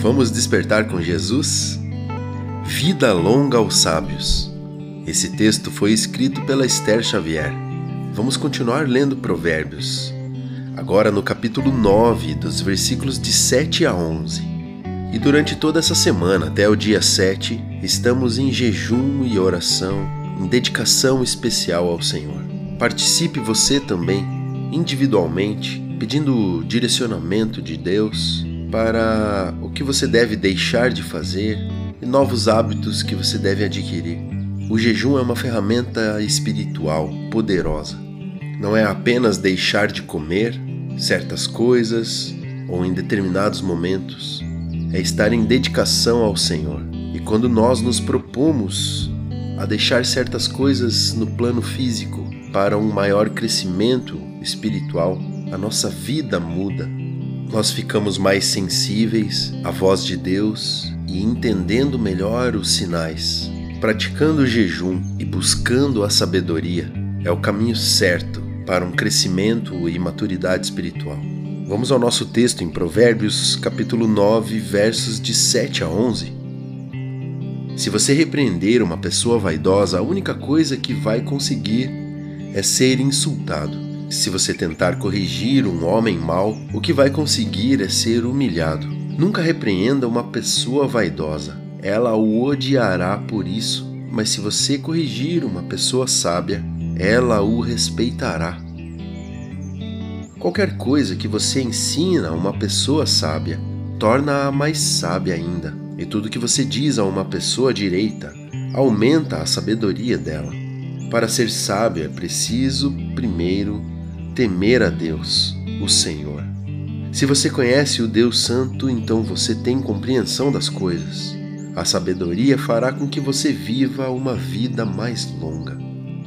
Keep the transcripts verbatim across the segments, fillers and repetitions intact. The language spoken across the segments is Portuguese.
Vamos despertar com Jesus? Vida longa aos sábios. Esse texto foi escrito pela Esther Xavier. Vamos continuar lendo Provérbios, agora no capítulo nove, dos versículos de sete a onze. E durante toda essa semana, até o dia sete, estamos em jejum e oração, em dedicação especial ao Senhor. Participe você também, individualmente, pedindo direcionamento de Deus para o que você deve deixar de fazer e novos hábitos que você deve adquirir. O jejum é uma ferramenta espiritual poderosa. Não é apenas deixar de comer certas coisas ou em determinados momentos. É estar em dedicação ao Senhor. E quando nós nos propomos a deixar certas coisas no plano físico para um maior crescimento espiritual, a nossa vida muda. Nós ficamos mais sensíveis à voz de Deus e entendendo melhor os sinais. Praticando o jejum e buscando a sabedoria é o caminho certo para um crescimento e maturidade espiritual. Vamos ao nosso texto em Provérbios, capítulo nove, versos de sete a onze. Se você repreender uma pessoa vaidosa, a única coisa que vai conseguir é ser insultado. Se você tentar corrigir um homem mau, o que vai conseguir é ser humilhado. Nunca repreenda uma pessoa vaidosa. Ela o odiará por isso, mas se você corrigir uma pessoa sábia, ela o respeitará. Qualquer coisa que você ensina a uma pessoa sábia, torna-a mais sábia ainda. E tudo que você diz a uma pessoa direita, aumenta a sabedoria dela. Para ser sábio é preciso, primeiro, temer a Deus, o Senhor. Se você conhece o Deus Santo, então você tem compreensão das coisas. A sabedoria fará com que você viva uma vida mais longa.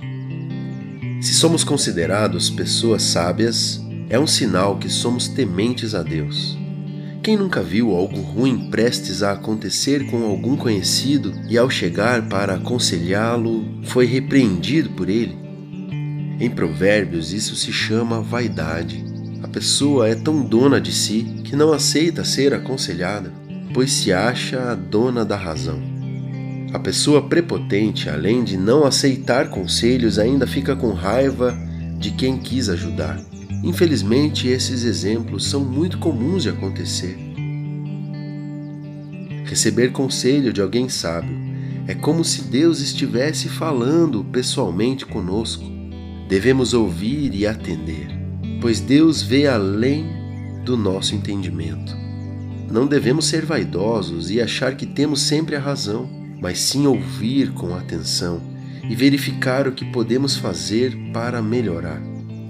Se somos considerados pessoas sábias, é um sinal que somos tementes a Deus. Quem nunca viu algo ruim prestes a acontecer com algum conhecido e ao chegar para aconselhá-lo, foi repreendido por ele? Em Provérbios, isso se chama vaidade. A pessoa é tão dona de si que não aceita ser aconselhada, pois se acha a dona da razão. A pessoa prepotente, além de não aceitar conselhos, ainda fica com raiva de quem quis ajudar. Infelizmente, esses exemplos são muito comuns de acontecer. Receber conselho de alguém sábio é como se Deus estivesse falando pessoalmente conosco. Devemos ouvir e atender, pois Deus vê além do nosso entendimento. Não devemos ser vaidosos e achar que temos sempre a razão, mas sim ouvir com atenção e verificar o que podemos fazer para melhorar.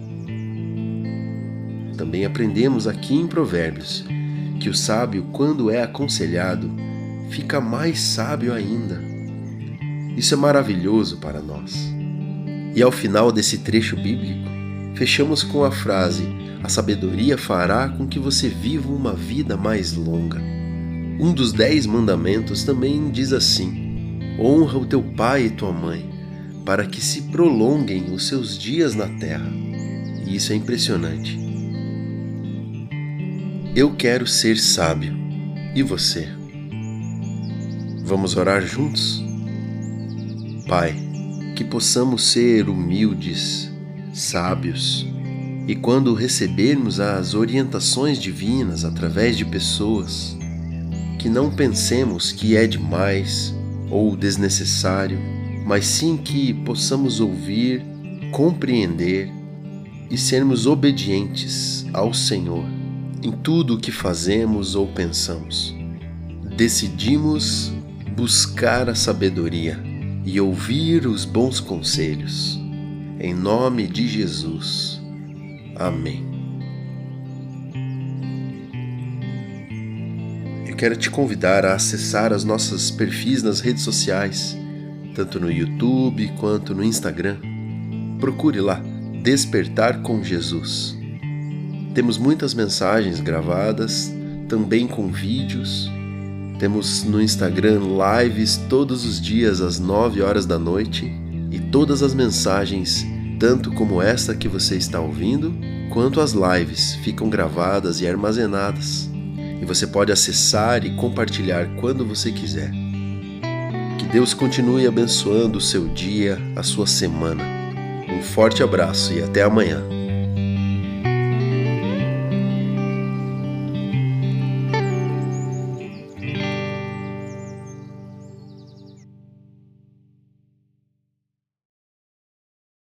Também aprendemos aqui em Provérbios que o sábio, quando é aconselhado, fica mais sábio ainda. Isso é maravilhoso para nós. E ao final desse trecho bíblico, fechamos com a frase: a sabedoria fará com que você viva uma vida mais longa. Um dos dez mandamentos também diz assim: honra o teu pai e tua mãe, para que se prolonguem os seus dias na terra. E isso é impressionante. Eu quero ser sábio. E você? Vamos orar juntos? Pai, que possamos ser humildes, sábios, e quando recebermos as orientações divinas através de pessoas, que não pensemos que é demais ou desnecessário, mas sim que possamos ouvir, compreender e sermos obedientes ao Senhor em tudo o que fazemos ou pensamos. Decidimos buscar a sabedoria e ouvir os bons conselhos. Em nome de Jesus. Amém. Eu quero te convidar a acessar as nossas perfis nas redes sociais, tanto no YouTube quanto no Instagram. Procure lá, Despertar com Jesus. Temos muitas mensagens gravadas, também com vídeos. Temos no Instagram lives todos os dias às nove horas da noite e todas as mensagens, tanto como esta que você está ouvindo, quanto as lives, ficam gravadas e armazenadas. e você pode acessar e compartilhar quando você quiser. Que Deus continue abençoando o seu dia, a sua semana. Um forte abraço e até amanhã.